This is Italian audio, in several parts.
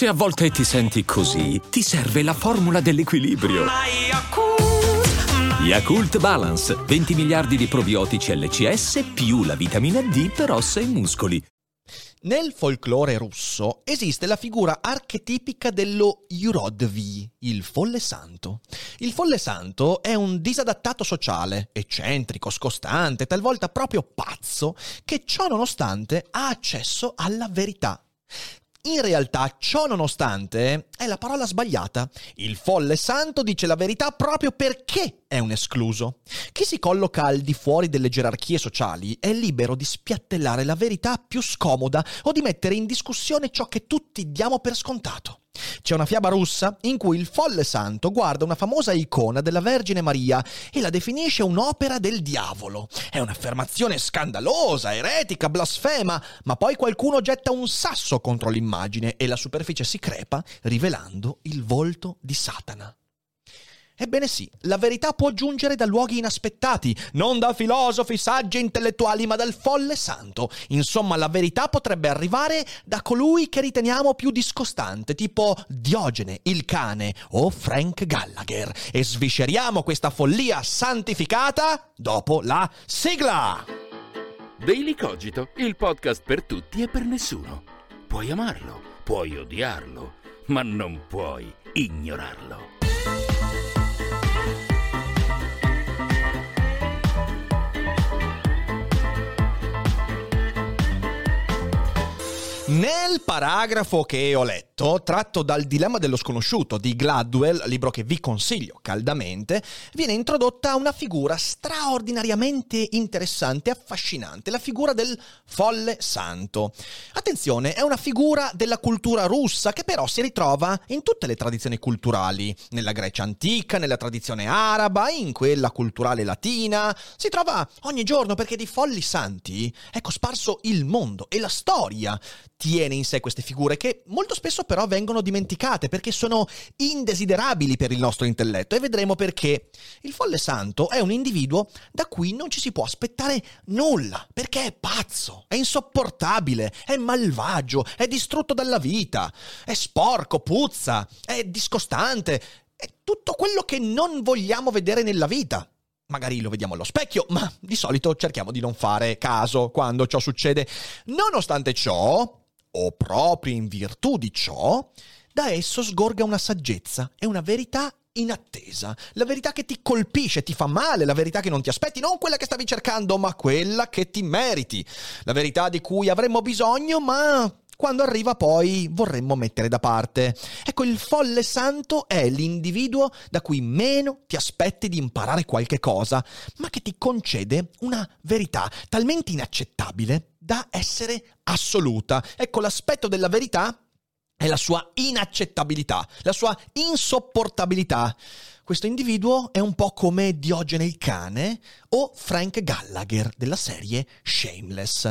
Se a volte ti senti così, ti serve la formula dell'equilibrio. Yakult Balance, 20 miliardi di probiotici LCS più la vitamina D per ossa e muscoli. Nel folklore russo esiste la figura archetipica dello Yurodvi, il folle santo. Il folle santo è un disadattato sociale, eccentrico, scostante, talvolta proprio pazzo, che ciò nonostante ha accesso alla verità. In realtà, ciò nonostante, è la parola sbagliata. Il folle santo dice la verità proprio perché è un escluso. Chi si colloca al di fuori delle gerarchie sociali è libero di spiattellare la verità più scomoda o di mettere in discussione ciò che tutti diamo per scontato. C'è una fiaba russa in cui il folle santo guarda una famosa icona della Vergine Maria e la definisce un'opera del diavolo. È un'affermazione scandalosa, eretica, blasfema, ma poi qualcuno getta un sasso contro l'immagine e la superficie si crepa, rivelando il volto di Satana. Ebbene sì, la verità può giungere da luoghi inaspettati, non da filosofi, saggi e intellettuali, ma dal folle santo. Insomma, la verità potrebbe arrivare da colui che riteniamo più discostante, tipo Diogene, il cane o Frank Gallagher. E svisceriamo questa follia santificata dopo la sigla! Daily Cogito, il podcast per tutti e per nessuno. Puoi amarlo, puoi odiarlo, ma non puoi ignorarlo. Nel paragrafo che ho letto, tratto dal Dilemma dello sconosciuto di Gladwell, libro che vi consiglio caldamente, viene introdotta una figura straordinariamente interessante e affascinante, la figura del folle santo. Attenzione, è una figura della cultura russa che però si ritrova in tutte le tradizioni culturali, nella Grecia antica, nella tradizione araba, in quella culturale latina, si trova ogni giorno perché di folli santi è cosparso il mondo e la storia tiene in sé queste figure che molto spesso però vengono dimenticate perché sono indesiderabili per il nostro intelletto e vedremo perché. Il folle santo è un individuo da cui non ci si può aspettare nulla perché è pazzo, è insopportabile, è malvagio, è distrutto dalla vita, è sporco, puzza, è discostante, è tutto quello che non vogliamo vedere nella vita. Magari lo vediamo allo specchio, ma di solito cerchiamo di non fare caso quando ciò succede. Nonostante ciò, o proprio in virtù di ciò, da esso sgorga una saggezza e una verità inattesa. La verità che ti colpisce, ti fa male, la verità che non ti aspetti, non quella che stavi cercando, ma quella che ti meriti. La verità di cui avremmo bisogno, ma quando arriva poi vorremmo mettere da parte. Ecco, il folle santo è l'individuo da cui meno ti aspetti di imparare qualche cosa, ma che ti concede una verità talmente inaccettabile da essere assoluta. Ecco, l'aspetto della verità è la sua inaccettabilità, la sua insopportabilità. Questo individuo è un po' come Diogene il cane o Frank Gallagher della serie Shameless.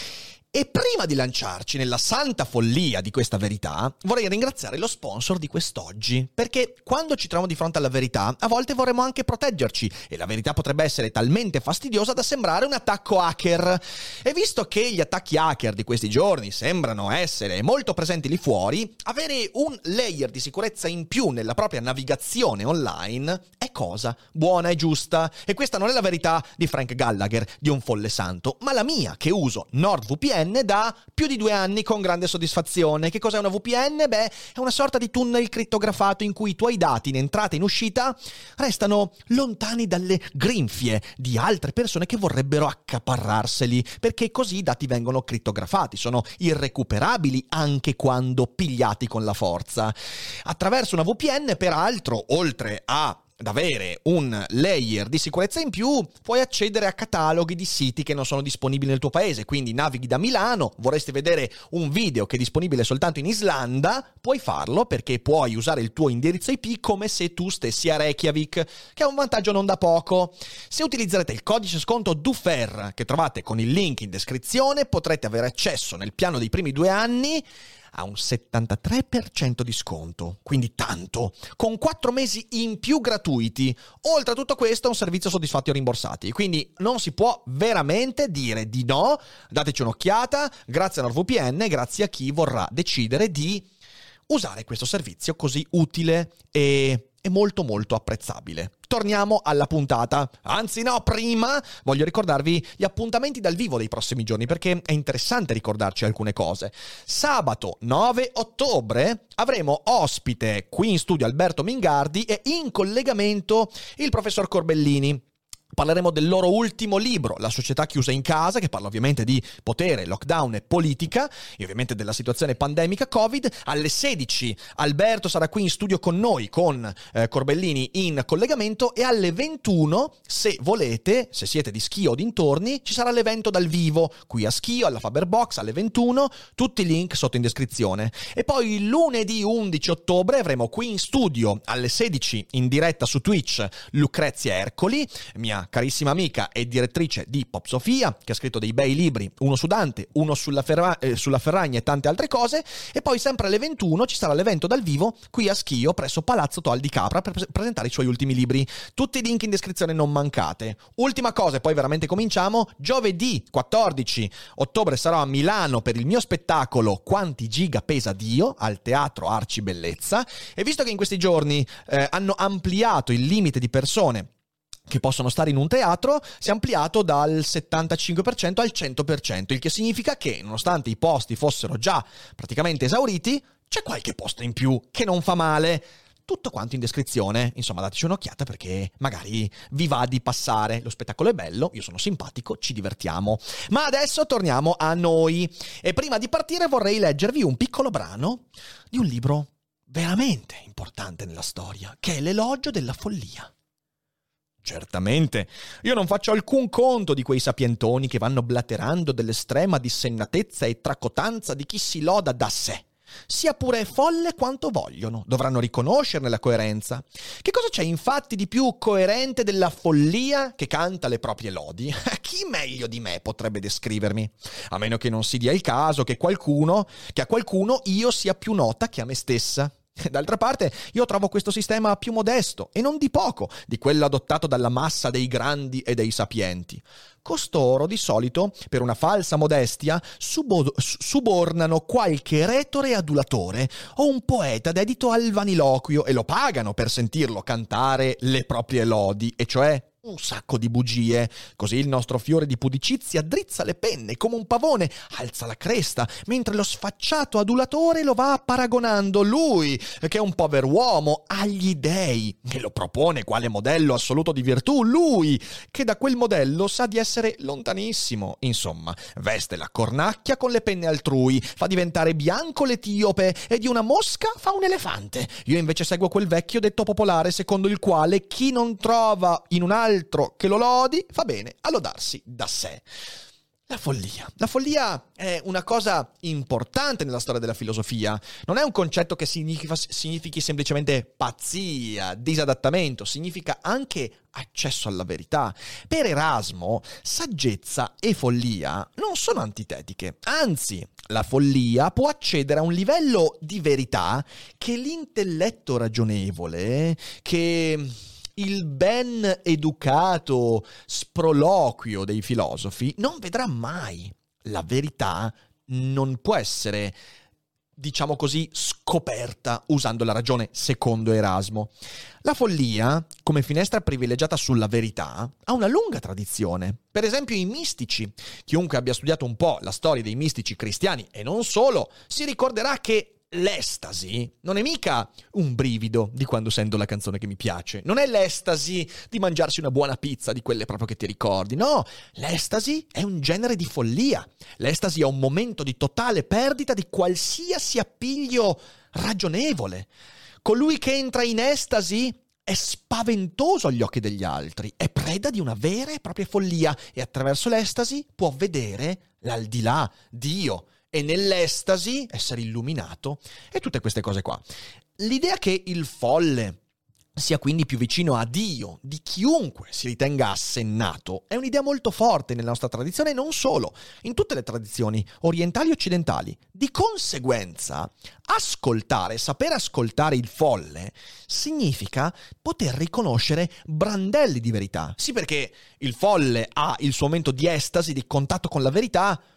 E prima di lanciarci nella santa follia di questa verità, vorrei ringraziare lo sponsor di quest'oggi, perché quando ci troviamo di fronte alla verità, a volte vorremmo anche proteggerci, e la verità potrebbe essere talmente fastidiosa da sembrare un attacco hacker. E visto che gli attacchi hacker di questi giorni sembrano essere molto presenti lì fuori, avere un layer di sicurezza in più nella propria navigazione online è cosa buona e giusta. E questa non è la verità di Frank Gallagher, di un folle santo, ma la mia, che uso NordVPN da più di 2 anni con grande soddisfazione. Che cos'è una VPN? Beh, è una sorta di tunnel crittografato in cui i tuoi dati in entrata e in uscita restano lontani dalle grinfie di altre persone che vorrebbero accaparrarseli, perché così i dati vengono crittografati, sono irrecuperabili anche quando pigliati con la forza. Attraverso una VPN, peraltro, oltre ad avere un layer di sicurezza in più, puoi accedere a cataloghi di siti che non sono disponibili nel tuo paese. Quindi navighi da Milano, vorresti vedere un video che è disponibile soltanto in Islanda, puoi farlo perché puoi usare il tuo indirizzo IP come se tu stessi a Reykjavik, che è un vantaggio non da poco. Se utilizzerete il codice sconto DUFER che trovate con il link in descrizione, potrete avere accesso nel piano dei primi 2 anni a un 73% di sconto, quindi tanto, con 4 mesi in più gratuiti. Oltre a tutto questo è un servizio soddisfatti o rimborsati, quindi non si può veramente dire di no. Dateci un'occhiata, grazie a NordVPN, grazie a chi vorrà decidere di usare questo servizio così utile e molto molto apprezzabile. Torniamo alla puntata. Anzi no, prima voglio ricordarvi gli appuntamenti dal vivo dei prossimi giorni, perché è interessante ricordarci alcune cose. Sabato 9 ottobre avremo ospite qui in studio Alberto Mingardi e in collegamento il professor Corbellini. Parleremo del loro ultimo libro, La società chiusa in casa, che parla ovviamente di potere, lockdown e politica, e ovviamente della situazione pandemica Covid. Alle 16 Alberto sarà qui in studio con noi, con Corbellini in collegamento, e alle 21, se volete, se siete di Schio o dintorni, ci sarà l'evento dal vivo, qui a Schio, alla Faber Box, alle 21, tutti i link sotto in descrizione. E poi lunedì 11 ottobre avremo qui in studio, alle 16, in diretta su Twitch, Lucrezia Ercoli, mia carissima amica e direttrice di Pop Sofia, che ha scritto dei bei libri, uno su Dante, uno sulla Ferragna e tante altre cose. E poi sempre alle 21 ci sarà l'evento dal vivo qui a Schio presso Palazzo Tol di Capra per presentare i suoi ultimi libri. Tutti i link in descrizione, non mancate. Ultima cosa e poi veramente cominciamo: giovedì 14 ottobre sarò a Milano per il mio spettacolo Quanti giga pesa Dio al Teatro Arci Bellezza, e visto che in questi giorni hanno ampliato il limite di persone che possono stare in un teatro, si è ampliato dal 75% al 100%, il che significa che, nonostante i posti fossero già praticamente esauriti, c'è qualche posto in più, che non fa male. Tutto quanto in descrizione, insomma dateci un'occhiata perché magari vi va di passare. Lo spettacolo è bello, io sono simpatico, ci divertiamo. Ma adesso torniamo a noi, e prima di partire vorrei leggervi un piccolo brano di un libro veramente importante nella storia, che è L'elogio della follia. Certamente, io non faccio alcun conto di quei sapientoni che vanno blaterando dell'estrema dissennatezza e tracotanza di chi si loda da sé. Sia pure folle quanto vogliono, dovranno riconoscerne la coerenza. Che cosa c'è infatti di più coerente della follia che canta le proprie lodi? Chi meglio di me potrebbe descrivermi? A meno che non si dia il caso che a qualcuno io sia più nota che a me stessa. D'altra parte, io trovo questo sistema più modesto, e non di poco, di quello adottato dalla massa dei grandi e dei sapienti. Costoro, di solito, per una falsa modestia, subornano qualche retore adulatore o un poeta dedito al vaniloquio e lo pagano per sentirlo cantare le proprie lodi, e cioè un sacco di bugie. Così il nostro fiore di pudicizia drizza le penne come un pavone, alza la cresta, mentre lo sfacciato adulatore lo va paragonando, lui, che è un pover'uomo, agli dei, e lo propone quale modello assoluto di virtù, lui, che da quel modello sa di essere lontanissimo. Insomma, veste la cornacchia con le penne altrui, fa diventare bianco l'etiope, e di una mosca fa un elefante. Io invece seguo quel vecchio detto popolare secondo il quale chi non trova in un altro che lo lodi fa bene a lodarsi da sé. La follia è una cosa importante nella storia della filosofia. Non è un concetto che significhi semplicemente pazzia, disadattamento, significa anche accesso alla verità. Per Erasmo, saggezza e follia non sono antitetiche, anzi, la follia può accedere a un livello di verità che l'intelletto ragionevole, che il ben educato sproloquio dei filosofi non vedrà mai. La verità non può essere, diciamo così, scoperta usando la ragione, secondo Erasmo. La follia, come finestra privilegiata sulla verità, ha una lunga tradizione. Per esempio i mistici. Chiunque abbia studiato un po' la storia dei mistici cristiani, e non solo, si ricorderà che l'estasi non è mica un brivido di quando sento la canzone che mi piace. Non è l'estasi di mangiarsi una buona pizza, di quelle proprio che ti ricordi. No, l'estasi è un genere di follia. L'estasi è un momento di totale perdita di qualsiasi appiglio ragionevole. Colui che entra in estasi è spaventoso agli occhi degli altri, è preda di una vera e propria follia, e attraverso l'estasi può vedere l'aldilà, Dio, e nell'estasi essere illuminato, e tutte queste cose qua. L'idea che il folle sia quindi più vicino a Dio di chiunque si ritenga assennato è un'idea molto forte nella nostra tradizione, e non solo, in tutte le tradizioni orientali e occidentali. Di conseguenza, saper ascoltare il folle significa poter riconoscere brandelli di verità. Sì, perché il folle ha il suo momento di estasi, di contatto con la verità,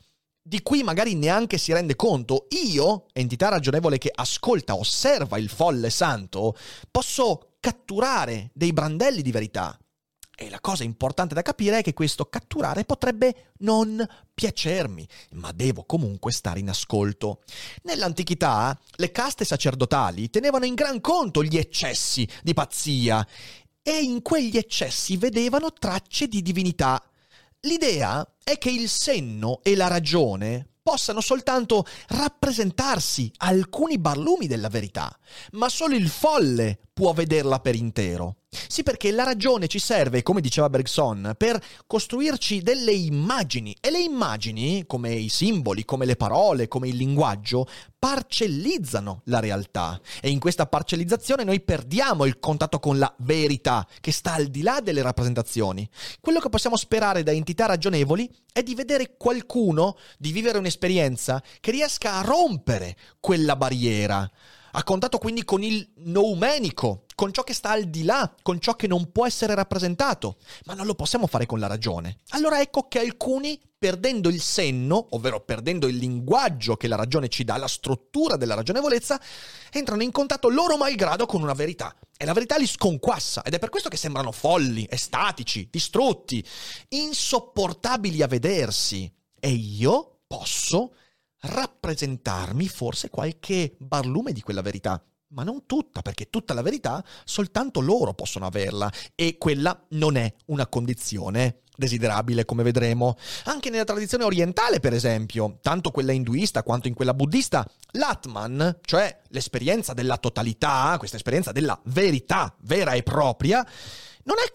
di cui magari neanche si rende conto. Io, entità ragionevole che ascolta, osserva il folle santo, posso catturare dei brandelli di verità. E la cosa importante da capire è che questo catturare potrebbe non piacermi, ma devo comunque stare in ascolto. Nell'antichità, le caste sacerdotali tenevano in gran conto gli eccessi di pazzia e in quegli eccessi vedevano tracce di divinità. L'idea è che il senno e la ragione possano soltanto rappresentarsi alcuni barlumi della verità, ma solo il folle può vederla per intero. Sì, perché la ragione ci serve, come diceva Bergson, per costruirci delle immagini, e le immagini, come i simboli, come le parole, come il linguaggio, parcellizzano la realtà, e in questa parcellizzazione noi perdiamo il contatto con la verità, che sta al di là delle rappresentazioni. Quello che possiamo sperare da entità ragionevoli è di vedere qualcuno, di vivere un'esperienza che riesca a rompere quella barriera, a contatto quindi con il noumenico, con ciò che sta al di là, con ciò che non può essere rappresentato, ma non lo possiamo fare con la ragione. Allora ecco che alcuni, perdendo il senno, ovvero perdendo il linguaggio che la ragione ci dà, la struttura della ragionevolezza, entrano in contatto loro malgrado con una verità. E la verità li sconquassa, ed è per questo che sembrano folli, estatici, distrutti, insopportabili a vedersi. E io posso rappresentarmi forse qualche barlume di quella verità, ma non tutta, perché tutta la verità soltanto loro possono averla, e quella non è una condizione desiderabile, come vedremo. Anche nella tradizione orientale, per esempio, tanto quella induista quanto in quella buddista, l'Atman, cioè l'esperienza della totalità, questa esperienza della verità vera e propria, non è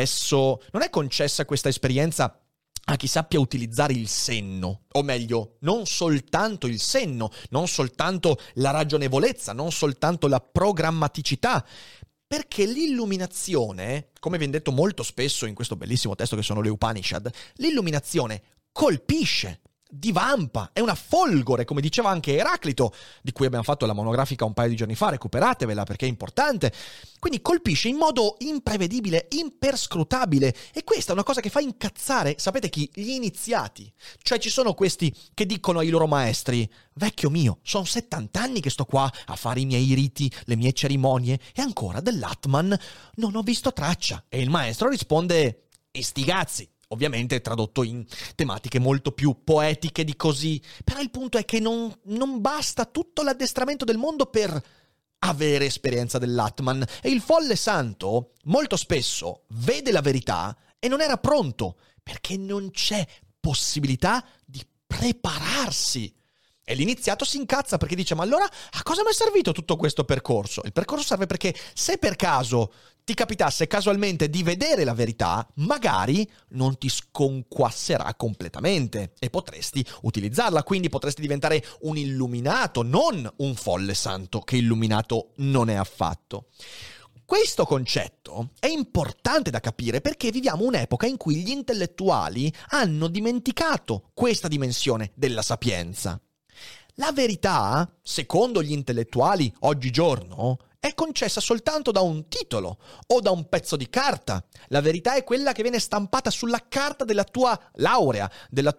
concessa questa esperienza a chi sappia utilizzare il senno, o meglio, non soltanto il senno, non soltanto la ragionevolezza, non soltanto la programmaticità, perché l'illuminazione, come viene detto molto spesso in questo bellissimo testo che sono le Upanishad, l'illuminazione colpisce, divampa, è una folgore, come diceva anche Eraclito, di cui abbiamo fatto la monografica un paio di giorni fa, recuperatevela perché è importante. Quindi colpisce in modo imprevedibile, imperscrutabile, e questa è una cosa che fa incazzare, sapete chi? Gli iniziati. Cioè ci sono questi che dicono ai loro maestri: vecchio mio, sono 70 anni che sto qua a fare i miei riti, le mie cerimonie, e ancora dell'Atman non ho visto traccia. E il maestro risponde: e sti cazzi. Ovviamente tradotto in tematiche molto più poetiche di così. Però il punto è che non basta tutto l'addestramento del mondo per avere esperienza dell'Atman. E il folle santo molto spesso vede la verità e non era pronto, perché non c'è possibilità di prepararsi. E l'iniziato si incazza perché dice: ma allora a cosa mi è servito tutto questo percorso? Il percorso serve perché se per caso ti capitasse casualmente di vedere la verità, magari non ti sconquasserà completamente e potresti utilizzarla, quindi potresti diventare un illuminato, non un folle santo che illuminato non è affatto. Questo concetto è importante da capire perché viviamo un'epoca in cui gli intellettuali hanno dimenticato questa dimensione della sapienza. La verità, secondo gli intellettuali oggigiorno, è concessa soltanto da un titolo o da un pezzo di carta. La verità è quella che viene stampata sulla carta della tua laurea, del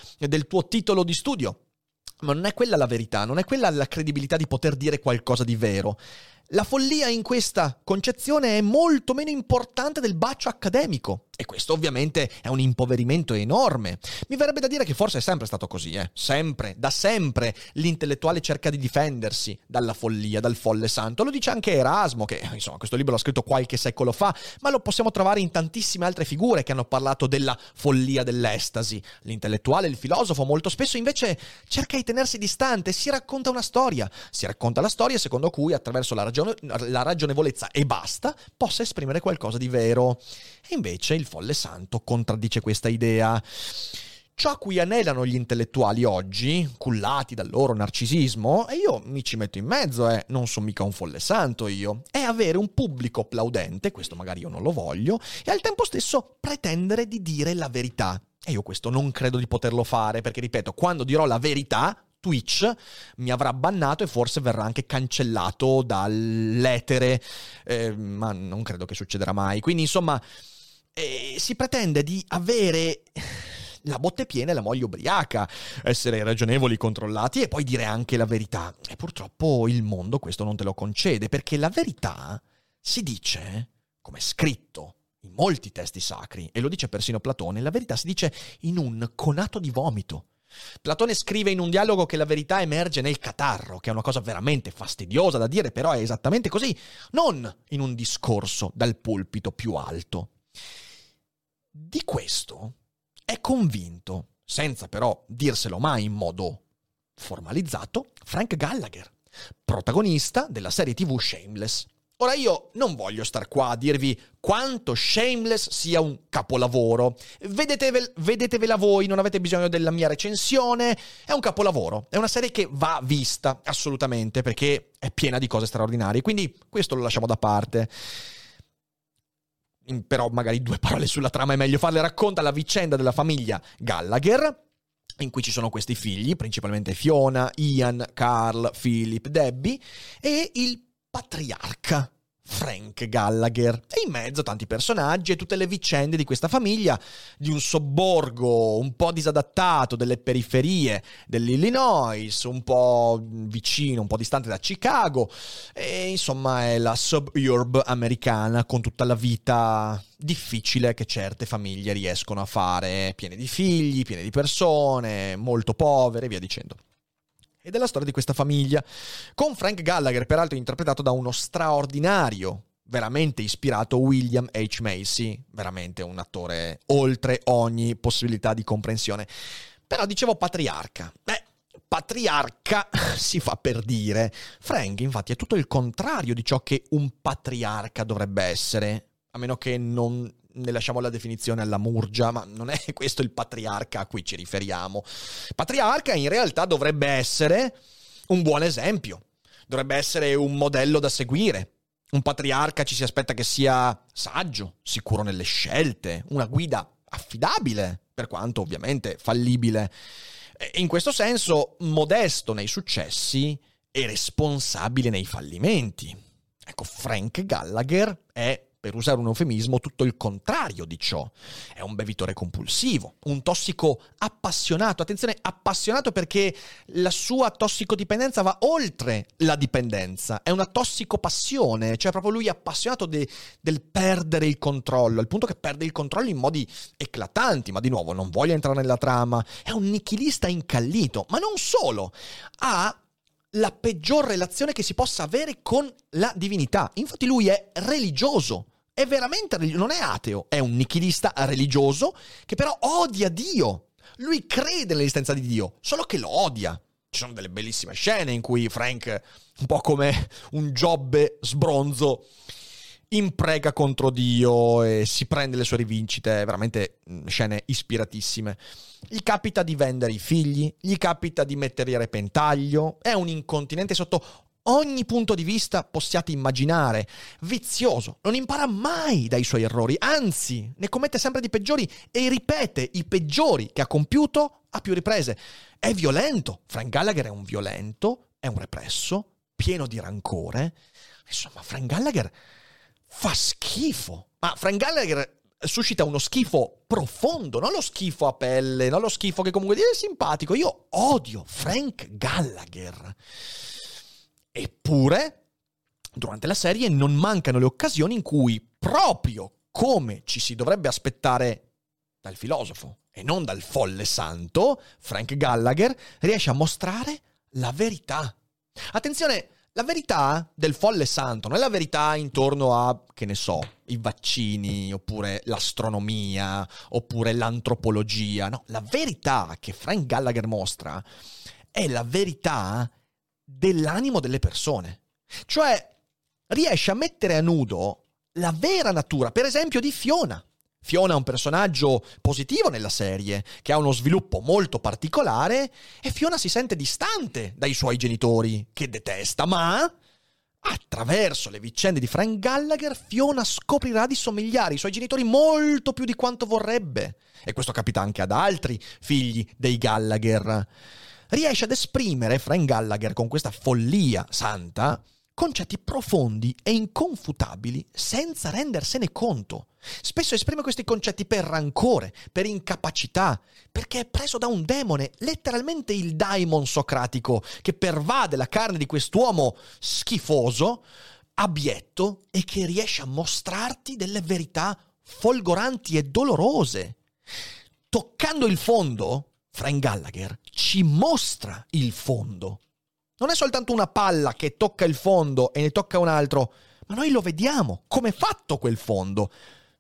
tuo titolo di studio. Ma non è quella la verità, non è quella la credibilità di poter dire qualcosa di vero. La follia in questa concezione è molto meno importante del bacio accademico. E questo ovviamente è un impoverimento enorme. Mi verrebbe da dire che forse è sempre stato così, Sempre, da sempre, l'intellettuale cerca di difendersi dalla follia, dal folle santo. Lo dice anche Erasmo, che insomma questo libro l'ha scritto qualche secolo fa, ma lo possiamo trovare in tantissime altre figure che hanno parlato della follia dell'estasi. L'intellettuale, il filosofo, molto spesso invece cerca di tenersi distante, si racconta una storia. Si racconta la storia secondo cui attraverso la ragionevolezza e basta possa esprimere qualcosa di vero. E invece il folle santo contraddice questa idea. Ciò a cui anelano gli intellettuali oggi, cullati dal loro narcisismo, e io mi ci metto in mezzo, non sono mica un folle santo io, è avere un pubblico applaudente, questo magari io non lo voglio, e al tempo stesso pretendere di dire la verità. E io questo non credo di poterlo fare, perché ripeto, quando dirò la verità, Twitch mi avrà bannato e forse verrà anche cancellato dall'etere, ma non credo che succederà mai. Quindi insomma si pretende di avere la botte piena e la moglie ubriaca, essere ragionevoli, controllati e poi dire anche la verità. E purtroppo il mondo questo non te lo concede, perché la verità si dice, come è scritto in molti testi sacri, e lo dice persino Platone, la verità si dice in un conato di vomito. Platone scrive in un dialogo che la verità emerge nel catarro, che è una cosa veramente fastidiosa da dire, però è esattamente così, non in un discorso dal pulpito più alto. Di questo è convinto, senza però dirselo mai in modo formalizzato, Frank Gallagher, protagonista della serie TV Shameless. Ora io non voglio star qua a dirvi quanto Shameless sia un capolavoro. Vedetevela voi, non avete bisogno della mia recensione. È un capolavoro, è una serie che va vista assolutamente perché è piena di cose straordinarie. Quindi questo lo lasciamo da parte. Però magari 2 parole sulla trama è meglio farle. Racconta la vicenda della famiglia Gallagher, in cui ci sono questi figli, principalmente Fiona, Ian, Carl, Philip, Debbie, e il patriarca Frank Gallagher, e in mezzo tanti personaggi e tutte le vicende di questa famiglia, di un sobborgo un po' disadattato delle periferie dell'Illinois, un po' vicino, un po' distante da Chicago, e insomma è la suburb americana con tutta la vita difficile che certe famiglie riescono a fare, piene di figli, piene di persone, molto povere e via dicendo. Ed è la storia di questa famiglia, con Frank Gallagher, peraltro interpretato da uno straordinario, veramente ispirato William H. Macy, veramente un attore oltre ogni possibilità di comprensione. Però dicevo patriarca. Patriarca si fa per dire. Frank, infatti, è tutto il contrario di ciò che un patriarca dovrebbe essere, a meno che non ne lasciamo la definizione alla murgia, ma non è questo il patriarca a cui ci riferiamo. Patriarca in realtà dovrebbe essere un buon esempio, dovrebbe essere un modello da seguire. Un patriarca ci si aspetta che sia saggio, sicuro nelle scelte, una guida affidabile, per quanto ovviamente fallibile. E in questo senso modesto nei successi e responsabile nei fallimenti. Ecco, Frank Gallagher è, per usare un eufemismo, tutto il contrario di ciò. È un bevitore compulsivo, un tossico appassionato. Attenzione, appassionato, perché la sua tossicodipendenza va oltre la dipendenza. È una tossicopassione, cioè proprio lui è appassionato del perdere il controllo, al punto che perde il controllo in modi eclatanti. Ma di nuovo, non voglio entrare nella trama. È un nichilista incallito, ma non solo. Ha la peggior relazione che si possa avere con la divinità. Infatti lui è religioso, è veramente religioso, non è ateo, è un nichilista religioso che però odia Dio. Lui crede nell'esistenza di Dio, solo che lo odia. Ci sono delle bellissime scene in cui Frank, un po' come un Giobbe sbronzo, imprega contro Dio e si prende le sue rivincite, veramente scene ispiratissime. Gli capita di vendere i figli, gli capita di metterli a repentaglio, è un incontinente sotto ogni punto di vista possiate immaginare, vizioso, non impara mai dai suoi errori, anzi ne commette sempre di peggiori e ripete i peggiori che ha compiuto a più riprese. È violento, Frank Gallagher è un violento, è un represso, pieno di rancore. Insomma, Frank Gallagher fa schifo, ma Frank Gallagher suscita uno schifo profondo, non lo schifo a pelle, non lo schifo che comunque è simpatico. Io odio Frank Gallagher. Eppure, durante la serie non mancano le occasioni in cui, proprio come ci si dovrebbe aspettare dal filosofo e non dal folle santo, Frank Gallagher riesce a mostrare la verità. Attenzione, la verità del folle santo non è la verità intorno a, che ne so, i vaccini, oppure l'astronomia, oppure l'antropologia. No, la verità che Frank Gallagher mostra è la verità dell'animo delle persone. Cioè, riesce a mettere a nudo la vera natura, per esempio, di Fiona. Fiona è un personaggio positivo nella serie, che ha uno sviluppo molto particolare, e Fiona si sente distante dai suoi genitori, che detesta, ma attraverso le vicende di Frank Gallagher, Fiona scoprirà di somigliare ai suoi genitori molto più di quanto vorrebbe. E questo capita anche ad altri figli dei Gallagher. Riesce ad esprimere Frank Gallagher, con questa follia santa, concetti profondi e inconfutabili senza rendersene conto. Spesso esprime questi concetti per rancore, per incapacità, perché è preso da un demone, letteralmente il daimon socratico, che pervade la carne di quest'uomo schifoso, abietto, e che riesce a mostrarti delle verità folgoranti e dolorose. Toccando il fondo, Frank Gallagher ci mostra il fondo. Non è soltanto una palla che tocca il fondo e ne tocca un altro, ma noi lo vediamo, come è fatto quel fondo.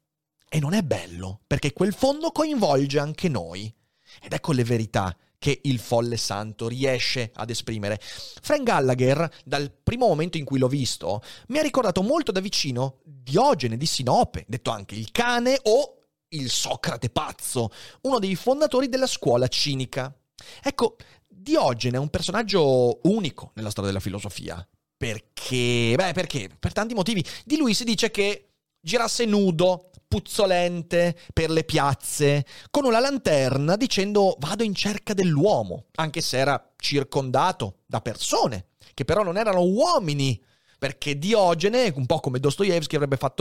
E non è bello, perché quel fondo coinvolge anche noi. Ed ecco le verità che il folle santo riesce ad esprimere. Frank Gallagher, dal primo momento in cui l'ho visto, mi ha ricordato molto da vicino Diogene di Sinope, detto anche il cane o il Socrate pazzo, uno dei fondatori della scuola cinica. Ecco, Diogene è un personaggio unico nella storia della filosofia. Perché? Perché? Per tanti motivi. Di lui si dice che girasse nudo, puzzolente, per le piazze, con una lanterna dicendo vado in cerca dell'uomo, anche se era circondato da persone, che però non erano uomini. Perché Diogene, un po' come Dostoevskij,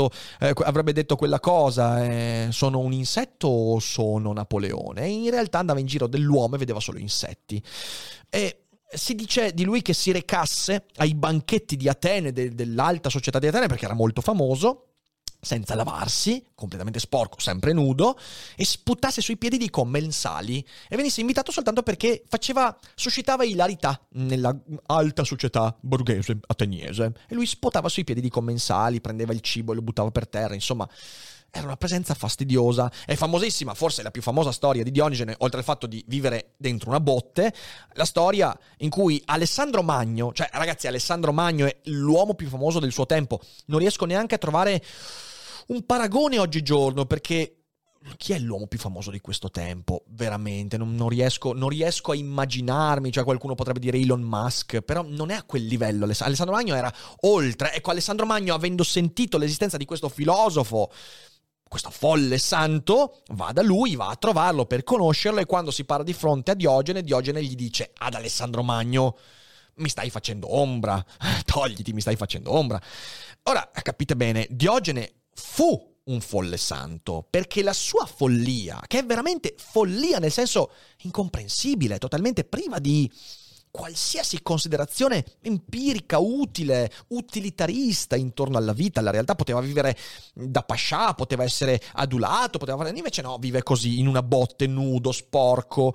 avrebbe detto quella cosa, sono un insetto o sono Napoleone? E in realtà andava in giro dell'uomo e vedeva solo insetti. E si dice di lui che si recasse ai banchetti di Atene, dell'alta società di Atene, perché era molto famoso, senza lavarsi, completamente sporco, sempre nudo, e sputasse sui piedi di commensali e venisse invitato soltanto perché suscitava ilarità nella alta società borghese ateniese. E lui sputava sui piedi di commensali, prendeva il cibo e lo buttava per terra, insomma. Era una presenza fastidiosa. È famosissima, forse la più famosa storia di Diogene, oltre al fatto di vivere dentro una botte, la storia in cui Alessandro Magno, cioè ragazzi, Alessandro Magno è l'uomo più famoso del suo tempo. Non riesco neanche a trovare un paragone oggigiorno, perché chi è l'uomo più famoso di questo tempo? Veramente, non riesco a immaginarmi. Cioè qualcuno potrebbe dire Elon Musk, però non è a quel livello. Alessandro Magno era oltre. Ecco, Alessandro Magno, avendo sentito l'esistenza di questo filosofo, questo folle santo, va da lui, va a trovarlo per conoscerlo, e quando si para di fronte a Diogene, Diogene gli dice ad Alessandro Magno: mi stai facendo ombra, togliti, mi stai facendo ombra. Ora, capite bene, Diogene fu un folle santo, perché la sua follia, che è veramente follia nel senso incomprensibile, totalmente priva di qualsiasi considerazione empirica, utile, utilitarista intorno alla vita, alla realtà, poteva vivere da pascià, poteva essere adulato, invece no, vive così in una botte, nudo, sporco.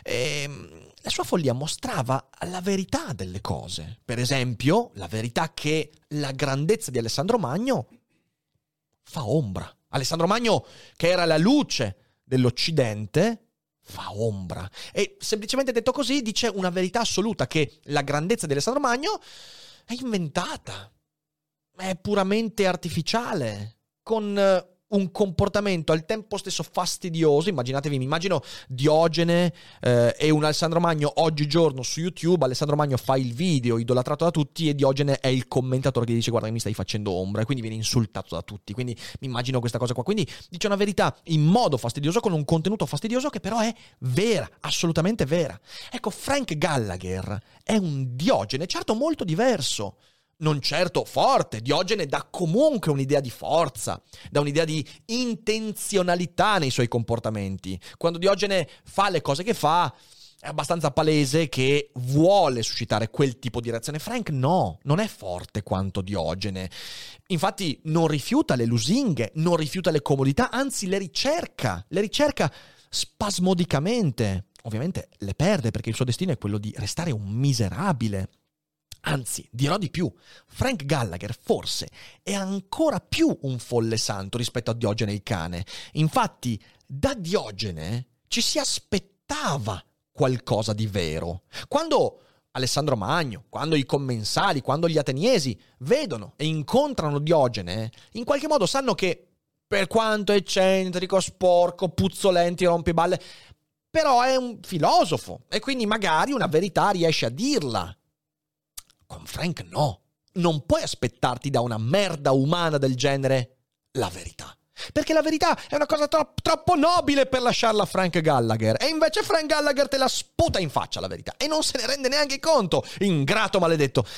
La sua follia mostrava la verità delle cose. Per esempio, la verità che la grandezza di Alessandro Magno fa ombra. Alessandro Magno, che era la luce dell'Occidente, fa ombra. E semplicemente detto così, dice una verità assoluta, che la grandezza di Alessandro Magno è inventata, è puramente artificiale, con un comportamento al tempo stesso fastidioso. Immaginatevi, mi immagino Diogene e un Alessandro Magno oggigiorno su YouTube. Alessandro Magno fa il video idolatrato da tutti e Diogene è il commentatore che dice guarda che mi stai facendo ombra, e quindi viene insultato da tutti. Quindi mi immagino questa cosa qua. Quindi dice una verità in modo fastidioso, con un contenuto fastidioso, che però è vera, assolutamente vera. Ecco, Frank Gallagher è un Diogene, certo molto diverso, non certo forte. Diogene dà comunque un'idea di forza, dà un'idea di intenzionalità nei suoi comportamenti. Quando Diogene fa le cose che fa, è abbastanza palese che vuole suscitare quel tipo di reazione. Frank no, non è forte quanto Diogene. Infatti non rifiuta le lusinghe, non rifiuta le comodità, anzi le ricerca spasmodicamente. Ovviamente le perde, perché il suo destino è quello di restare un miserabile. Anzi, dirò di più, Frank Gallagher forse è ancora più un folle santo rispetto a Diogene il cane. Infatti, da Diogene ci si aspettava qualcosa di vero. Quando Alessandro Magno, quando i commensali, quando gli ateniesi vedono e incontrano Diogene, in qualche modo sanno che, per quanto eccentrico, sporco, puzzolente, rompiballe, però è un filosofo e quindi magari una verità riesce a dirla. Con Frank no, non puoi aspettarti da una merda umana del genere la verità, perché la verità è una cosa troppo nobile per lasciarla a Frank Gallagher, e invece Frank Gallagher te la sputa in faccia la verità e non se ne rende neanche conto, ingrato maledetto.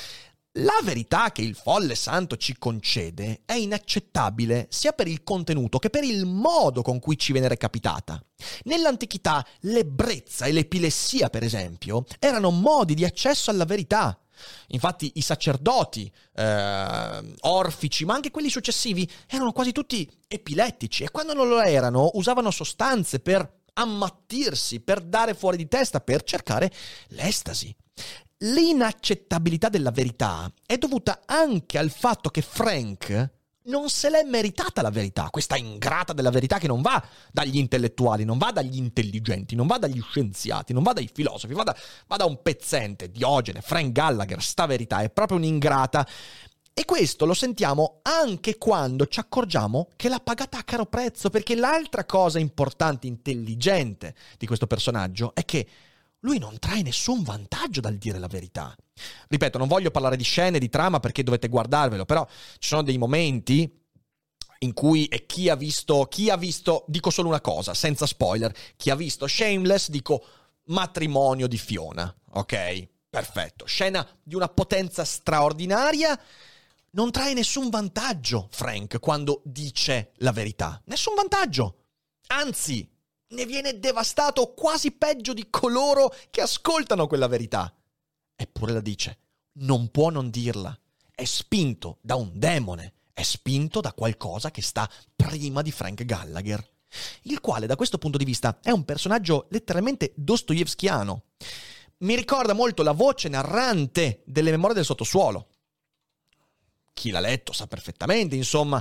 La verità che il folle santo ci concede è inaccettabile sia per il contenuto che per il modo con cui ci viene recapitata. Nell'antichità l'ebbrezza e l'epilessia, per esempio, erano modi di accesso alla verità. Infatti i sacerdoti, orfici, ma anche quelli successivi, erano quasi tutti epilettici e quando non lo erano usavano sostanze per ammattirsi, per dare fuori di testa, per cercare l'estasi. L'inaccettabilità della verità è dovuta anche al fatto che Frank non se l'è meritata la verità, questa ingrata della verità che non va dagli intellettuali, non va dagli intelligenti, non va dagli scienziati, non va dai filosofi, va da un pezzente, Diogene, Frank Gallagher. Sta verità è proprio un'ingrata. E questo lo sentiamo anche quando ci accorgiamo che l'ha pagata a caro prezzo, perché l'altra cosa importante, intelligente di questo personaggio è che lui non trae nessun vantaggio dal dire la verità. Ripeto, non voglio parlare di scene, di trama, perché dovete guardarvelo, però ci sono dei momenti in cui, e chi ha visto, dico solo una cosa, senza spoiler, chi ha visto Shameless, dico matrimonio di Fiona, ok? Perfetto, scena di una potenza straordinaria, non trae nessun vantaggio Frank quando dice la verità, nessun vantaggio, anzi ne viene devastato quasi peggio di coloro che ascoltano quella verità. Eppure la dice, non può non dirla, è spinto da un demone, è spinto da qualcosa che sta prima di Frank Gallagher, il quale da questo punto di vista è un personaggio letteralmente dostoevskiano. Mi ricorda molto la voce narrante delle Memorie del sottosuolo. Chi l'ha letto sa perfettamente, insomma,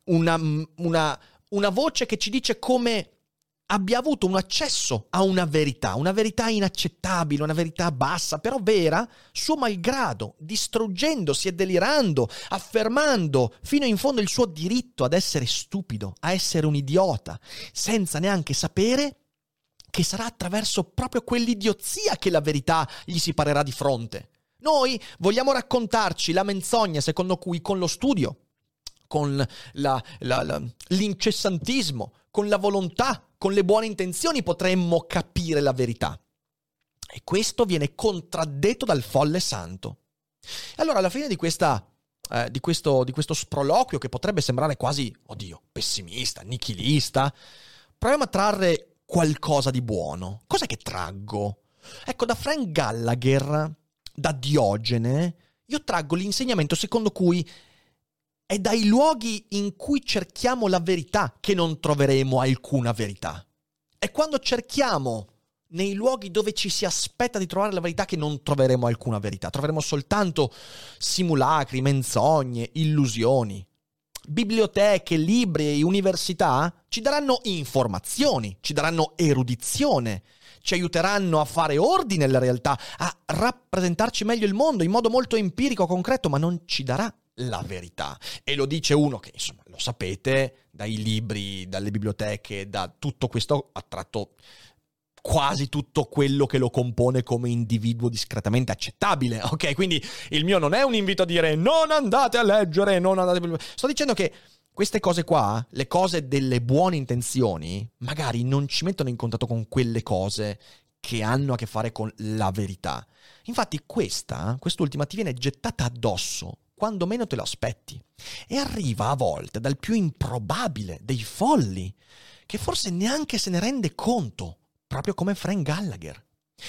una voce che ci dice come abbia avuto un accesso a una verità inaccettabile, una verità bassa, però vera, suo malgrado, distruggendosi e delirando, affermando fino in fondo il suo diritto ad essere stupido, a essere un idiota, senza neanche sapere che sarà attraverso proprio quell'idiozia che la verità gli si parerà di fronte. Noi vogliamo raccontarci la menzogna secondo cui con lo studio, con l'incessantismo, con la volontà, con le buone intenzioni potremmo capire la verità. E questo viene contraddetto dal folle santo. Allora, alla fine di questo sproloquio, che potrebbe sembrare quasi, pessimista, nichilista, proviamo a trarre qualcosa di buono. Cos'è che traggo? Ecco, da Frank Gallagher, da Diogene, io traggo l'insegnamento secondo cui è dai luoghi in cui cerchiamo la verità che non troveremo alcuna verità. È quando cerchiamo nei luoghi dove ci si aspetta di trovare la verità che non troveremo alcuna verità. Troveremo soltanto simulacri, menzogne, illusioni. Biblioteche, libri e università ci daranno informazioni, ci daranno erudizione, ci aiuteranno a fare ordine nella realtà, a rappresentarci meglio il mondo in modo molto empirico, concreto, ma non ci darà la verità. E lo dice uno che, insomma, lo sapete, dai libri, dalle biblioteche, da tutto questo ha tratto quasi tutto quello che lo compone come individuo discretamente accettabile, ok? Quindi il mio non è un invito a dire non andate a leggere, non andate... Sto dicendo che queste cose qua, le cose delle buone intenzioni, magari non ci mettono in contatto con quelle cose che hanno a che fare con la verità. Infatti quest'ultima ti viene gettata addosso quando meno te lo aspetti, e arriva a volte dal più improbabile dei folli, che forse neanche se ne rende conto, proprio come Frank Gallagher.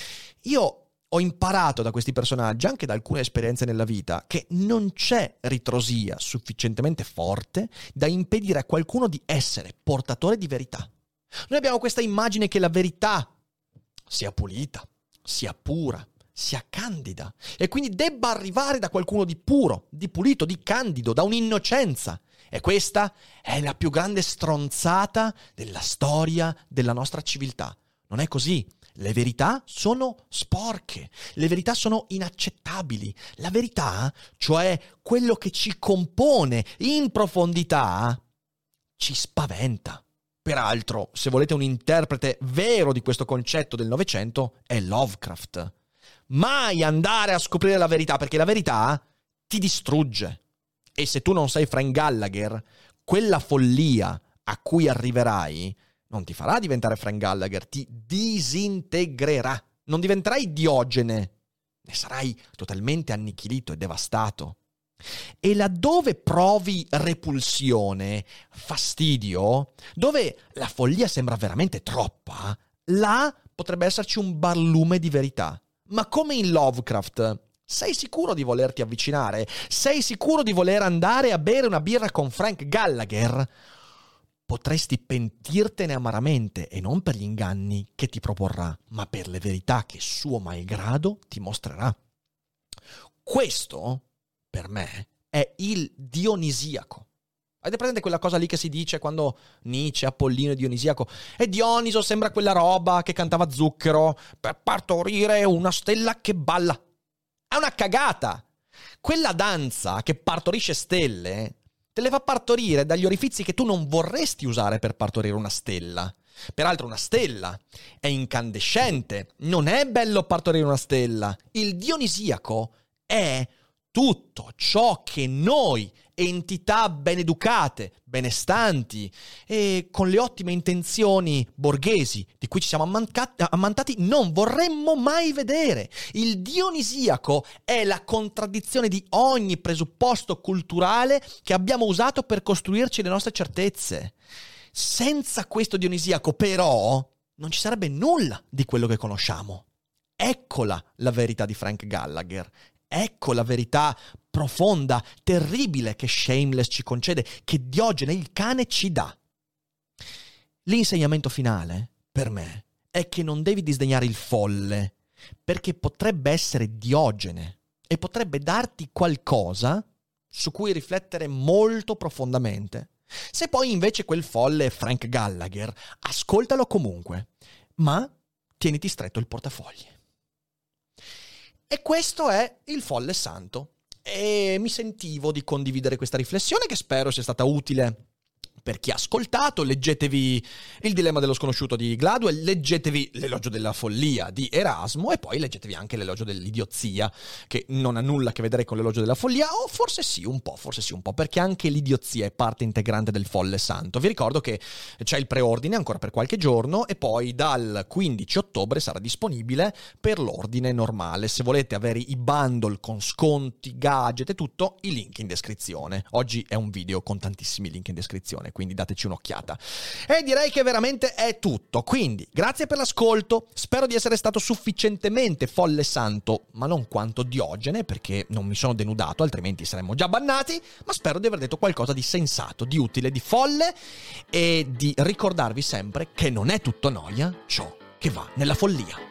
Io ho imparato da questi personaggi, anche da alcune esperienze nella vita, che non c'è ritrosia sufficientemente forte da impedire a qualcuno di essere portatore di verità. Noi abbiamo questa immagine che la verità sia pulita, sia pura, sia candida, e quindi debba arrivare da qualcuno di puro, di pulito, di candido, da un'innocenza. E questa è la più grande stronzata della storia della nostra civiltà. Non è così. Le verità sono sporche, le verità sono inaccettabili. La verità, cioè quello che ci compone in profondità, ci spaventa. Peraltro, se volete un interprete vero di questo concetto del Novecento, è Lovecraft. Mai andare a scoprire la verità, perché la verità ti distrugge. E se tu non sei Frank Gallagher, quella follia a cui arriverai non ti farà diventare Frank Gallagher, ti disintegrerà. Non diventerai Diogene, ne sarai totalmente annichilito e devastato. E laddove provi repulsione, fastidio, dove la follia sembra veramente troppa, là potrebbe esserci un barlume di verità. Ma come in Lovecraft, sei sicuro di volerti avvicinare? Sei sicuro di voler andare a bere una birra con Frank Gallagher? Potresti pentirtene amaramente, e non per gli inganni che ti proporrà, ma per le verità che suo malgrado ti mostrerà. Questo, per me, è il dionisiaco. Avete presente quella cosa lì che si dice quando Nietzsche, Apollino e Dionisiaco? E Dioniso sembra quella roba che cantava Zucchero per partorire una stella che balla. È una cagata! Quella danza che partorisce stelle te le fa partorire dagli orifizi che tu non vorresti usare per partorire una stella. Peraltro una stella è incandescente, non è bello partorire una stella. Il dionisiaco è tutto ciò che noi, entità ben educate, benestanti e con le ottime intenzioni borghesi di cui ci siamo ammantati, non vorremmo mai vedere. Il dionisiaco è la contraddizione di ogni presupposto culturale che abbiamo usato per costruirci le nostre certezze. Senza questo dionisiaco, però, non ci sarebbe nulla di quello che conosciamo. Eccola la verità di Frank Gallagher. Ecco la verità profonda, terribile che Shameless ci concede, che Diogene il cane ci dà. L'insegnamento finale, per me, è che non devi disdegnare il folle, perché potrebbe essere Diogene e potrebbe darti qualcosa su cui riflettere molto profondamente. Se poi invece quel folle è Frank Gallagher, ascoltalo comunque, ma tieniti stretto il portafogli. E questo è il Folle Santo. E mi sentivo di condividere questa riflessione che spero sia stata utile per chi ha ascoltato. Leggetevi Il dilemma dello sconosciuto di Gladwell, leggetevi L'elogio della follia di Erasmo e poi leggetevi anche L'elogio dell'idiozia, che non ha nulla a che vedere con L'elogio della follia, o forse sì un po', perché anche l'idiozia è parte integrante del Folle Santo. Vi ricordo che c'è il preordine ancora per qualche giorno e poi dal 15 ottobre sarà disponibile per l'ordine normale. Se volete avere i bundle con sconti, gadget e tutto, i link in descrizione. Oggi è un video con tantissimi link in descrizione, quindi dateci un'occhiata. E direi che veramente è tutto. Quindi, grazie per l'ascolto. Spero di essere stato sufficientemente folle santo, ma non quanto Diogene, perché non mi sono denudato, altrimenti saremmo già bannati. Ma spero di aver detto qualcosa di sensato, di utile, di folle e di ricordarvi sempre che non è tutto noia ciò che va nella follia.